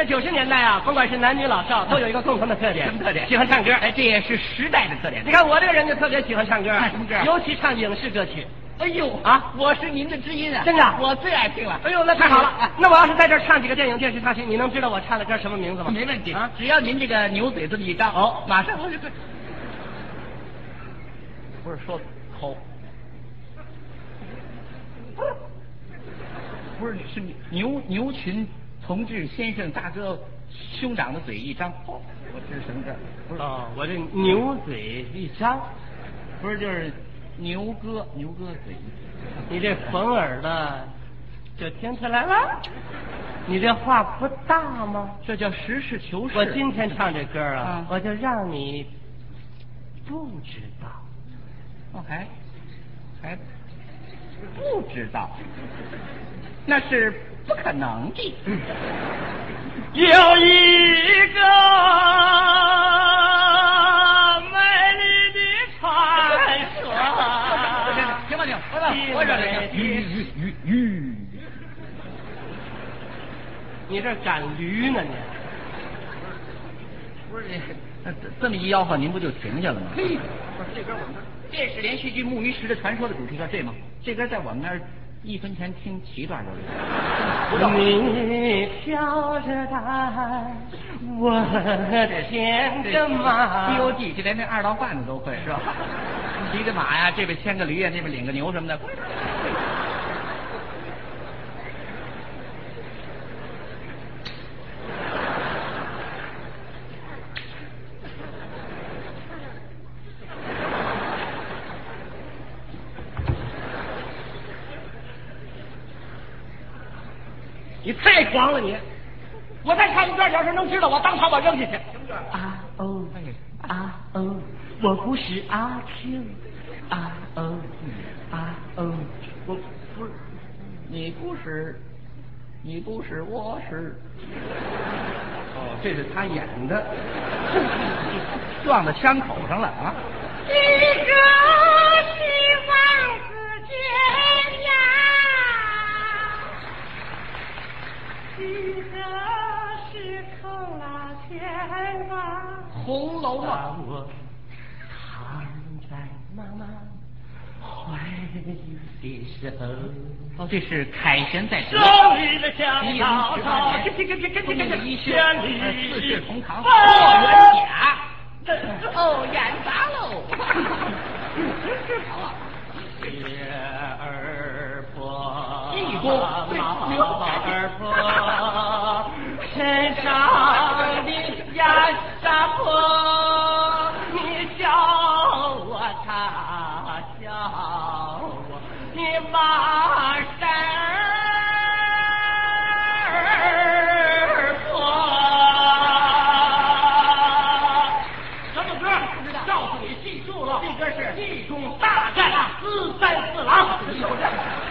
个90年代啊，甭管是男女老少，都有一个共同的特点。 什么特点？ 喜欢唱歌。 哎，这也是时代的特点。 你看我这个人就特别喜欢唱歌， 唱什么歌？ 尤其唱影视歌曲。 哎呦啊， 我是您的知音啊！ 真的， 我最爱听了。 哎呦，那太好了。那我要是在这儿唱几个电影电视插曲，你能知道我唱的歌什么名字吗？ 没问题啊， 只要您这个牛嘴这么一张， 哦， 马上我就不是说口，不是是牛群同志先生大哥兄长的嘴一张，哦，我这是什么歌？不是哦，我这牛嘴一张， 不是就是牛哥嘴。 你这缝耳的就听出来了？你这话不大吗？ 这叫实事求是。 我今天唱这歌啊， 啊我就让你不知道。 哦，还不知道，那是不可能的。 有一个美丽的传说。 行吧，我忍了。鱼， 你这赶驴呢你？ 不是这么一吆喝，您不就停下了吗？ 嘿， 不是这歌我们电视连续剧《木鱼石的传说》的主题歌，这吗？这歌在我们那儿1分钱听7段有。 你挑着担，我牵着马。 西游记就连那2道贩子都会是吧？骑着马呀，这边牵个驴呀，那边领个牛什么的。 你太狂了你！我再唱一段，要是能知道，我当场把扔下去。啊哦啊哦，我不是阿 Q。啊哦啊哦， 我不是，你不是，我是。 哦，这是他演的， 撞到枪口上了啊！ 一个是王子健呀，一个是孔老千王。 《红楼梦》 我躺在妈妈怀里的时候。 哦，这是凯旋在手里的香草草， 4世同堂，霍元元甲，哦，演砸喽！好啊， 薛儿婆， 义公老儿婆，身上的压沙坡，你笑我，他笑我，你马山儿婆。什么歌？不知道。告诉你，记住了，这歌是《济公大战434郎》。